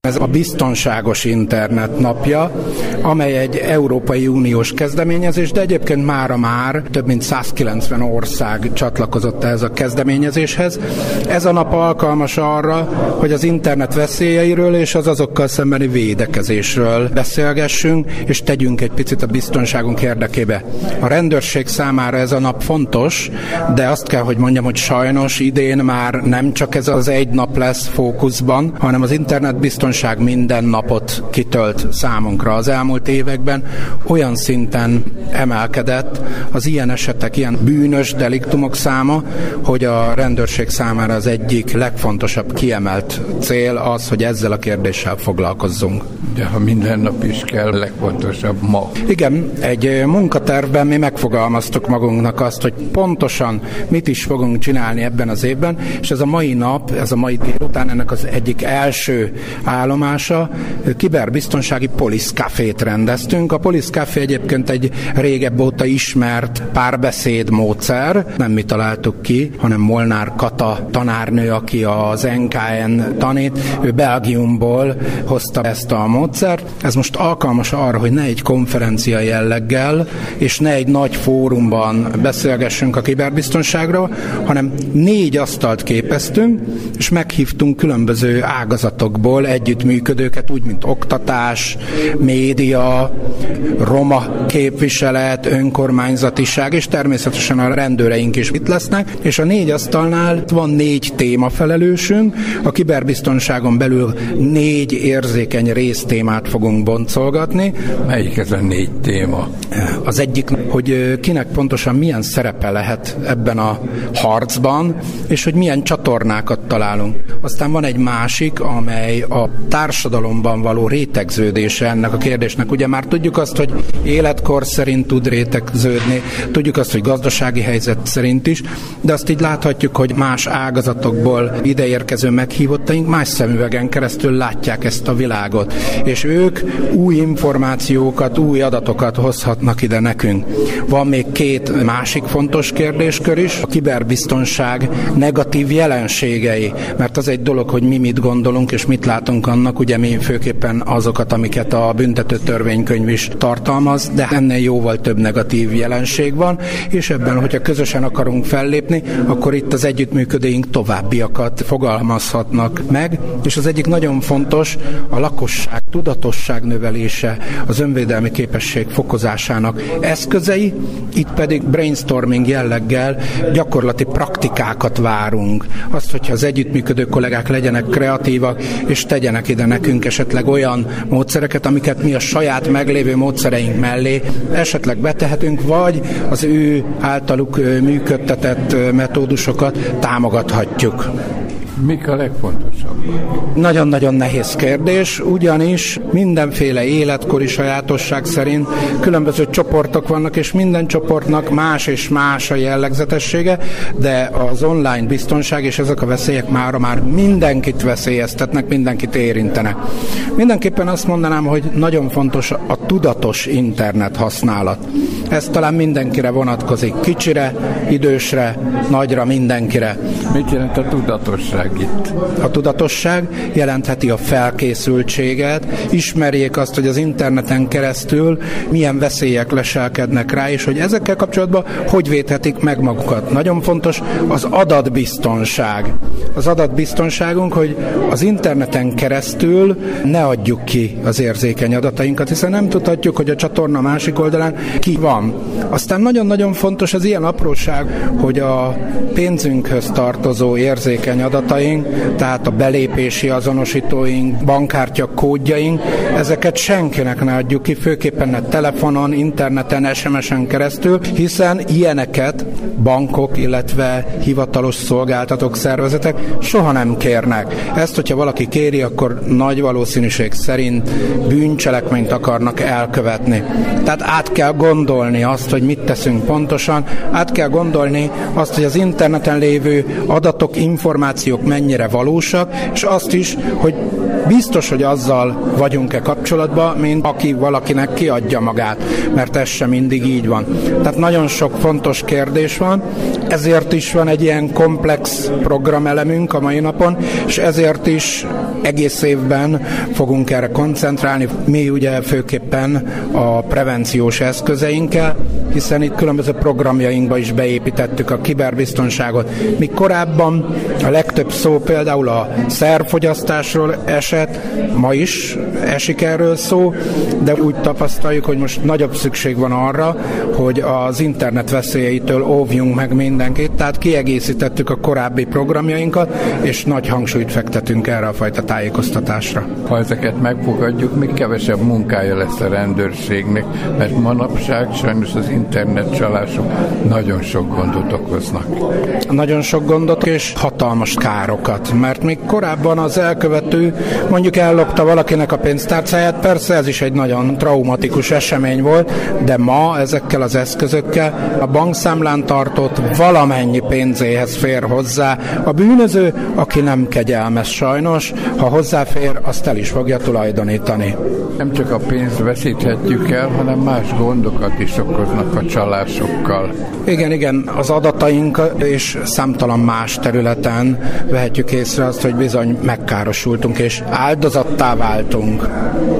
Ez a Biztonságos Internet napja, amely egy Európai Uniós kezdeményezés, de egyébként mára már több mint 190 ország csatlakozott ehhez a kezdeményezéshez. Ez a nap alkalmas arra, hogy az internet veszélyeiről és az azokkal szembeni védekezésről beszélgessünk, és tegyünk egy picit a biztonságunk érdekébe. A rendőrség számára ez a nap fontos, de azt kell, hogy mondjam, hogy sajnos idén már nem csak ez az egy nap lesz fókuszban, hanem az internetbiztonság minden napot kitölt számunkra. Az elmúlt években olyan szinten emelkedett az ilyen esetek, ilyen bűnös deliktumok száma, hogy a rendőrség számára az egyik legfontosabb kiemelt cél az, hogy ezzel a kérdéssel foglalkozzunk. De ha minden nap is kell, legfontosabb ma. Igen, egy munkatervben mi megfogalmaztuk magunknak azt, hogy pontosan mit is fogunk csinálni ebben az évben, és ez a mai nap, ez a mai délután ennek az egyik első állomása, kiberbiztonsági Police Cafét rendeztünk. A Police Café egyébként egy régebb óta ismert párbeszéd módszer. Nem mi találtuk ki, hanem Molnár Kata tanárnő, aki az NKN tanít, ő Belgiumból hozta ezt a módszert. Ez most alkalmas arra, hogy ne egy konferencia jelleggel, és ne egy nagy fórumban beszélgessünk a kiberbiztonságról, hanem 4 asztalt képeztünk, és meghívtunk különböző ágazatokból együttműködőket, úgy, mint oktatás, média, roma képviselet, önkormányzatiság, és természetesen a rendőreink is itt lesznek, és a 4 asztalnál van 4 témafelelősünk, a kiberbiztonságon belül 4 érzékeny résztémát fogunk boncolgatni. Melyik ez a 4 téma? Az egyik, hogy kinek pontosan milyen szerepe lehet ebben a harcban, és hogy milyen csatornákat találunk. Aztán van egy másik, amely a társadalomban való rétegződése ennek a kérdésnek. Ugye már tudjuk azt, hogy életkor szerint tud rétegződni, tudjuk azt, hogy gazdasági helyzet szerint is, de azt így láthatjuk, hogy más ágazatokból ideérkező meghívottaink más szemüvegen keresztül látják ezt a világot, és ők új információkat, új adatokat hozhatnak ide nekünk. Van még 2 másik fontos kérdéskör is, a kiberbiztonság negatív jelenségei, mert az egy dolog, hogy mi mit gondolunk és mit látunk annak, ugye mi főképpen azokat, amiket a büntető törvénykönyv is tartalmaz, de ennél jóval több negatív jelenség van, és ebben, hogyha közösen akarunk fellépni, akkor itt az együttműködőink továbbiakat fogalmazhatnak meg, és az egyik nagyon fontos, a lakosság tudatosság növelése, az önvédelmi képesség fokozásának eszközei, itt pedig brainstorming jelleggel gyakorlati praktikákat várunk. Azt, hogyha az együttműködő kollégák legyenek kreatívak, és tegyenek ide nekünk esetleg olyan módszereket, amiket mi a saját meglévő módszereink mellé esetleg betehetünk, vagy az ő általuk működtetett metódusokat támogathatjuk. Mik a legfontosabb? Nagyon-nagyon nehéz kérdés, ugyanis mindenféle életkori sajátosság szerint különböző csoportok vannak, és minden csoportnak más és más a jellegzetessége, de az online biztonság és ezek a veszélyek már mindenkit veszélyeztetnek, mindenkit érintenek. Mindenképpen azt mondanám, hogy nagyon fontos a tudatos internet használat. Ez talán mindenkire vonatkozik, kicsire, idősre, nagyra, mindenkire. Mit jelent a tudatosság itt? A tudatosság jelentheti a felkészültséget, ismerjék azt, hogy az interneten keresztül milyen veszélyek leselkednek rá, és hogy ezekkel kapcsolatban hogy védhetik meg magukat. Nagyon fontos az adatbiztonság. Az adatbiztonságunk, hogy az interneten keresztül ne adjuk ki az érzékeny adatainkat, hiszen nem tudhatjuk, hogy a csatorna másik oldalán ki van. Aztán nagyon-nagyon fontos az ilyen apróság, hogy a pénzünkhöz tartozó érzékeny adataink, tehát a belépési azonosítóink, bankkártya kódjaink, ezeket senkinek ne adjuk ki, főképpen ne telefonon, interneten, SMS-en keresztül, hiszen ilyeneket bankok, illetve hivatalos szolgáltatók, szervezetek soha nem kérnek. Ezt, hogyha valaki kéri, akkor nagy valószínűség szerint bűncselekményt akarnak elkövetni. Tehát át kell gondolni azt, hogy mit teszünk pontosan, át kell gondolni azt, hogy az interneten lévő adatok, információk mennyire valósak, és azt is, hogy biztos, hogy azzal vagyunk-e kapcsolatban, mint aki valakinek kiadja magát, mert ez sem mindig így van. Tehát nagyon sok fontos kérdés van, ezért is van egy ilyen komplex programelemünk a mai napon, és ezért is egész évben fogunk erre koncentrálni. Mi ugye főképpen a prevenciós eszközeinkkel, hiszen itt különböző programjainkba is beépítettük a kiberbiztonságot. Míg korábban a legtöbb szó például a szerfogyasztásról esett, ma is esik erről szó, de úgy tapasztaljuk, hogy most nagyobb szükség van arra, hogy az internet veszélyeitől óvjunk meg mindenkit, tehát kiegészítettük a korábbi programjainkat, és nagy hangsúlyt fektetünk erre a fajta tájékoztatásra. Ha ezeket megfogadjuk, még kevesebb munkája lesz a rendőrségnek, mert manapság sajnos az internetcsalások nagyon sok gondot okoznak. Nagyon sok gondot és hatalmas károkat, mert még korábban az elkövető mondjuk ellopta valakinek a pénztárcáját, persze ez is egy nagyon traumatikus esemény volt, de ma ezekkel az eszközökkel a bankszámlán tartott valamennyi pénzéhez fér hozzá a bűnöző, aki nem kegyelmes sajnos, ha hozzáfér, azt el is fogja tulajdonítani. Nem csak a pénzt veszíthetjük el, hanem más gondokat is okoznak a csalásokkal. Igen, az adataink és számtalan más területen vehetjük észre azt, hogy bizony megkárosultunk és áldozattá váltunk.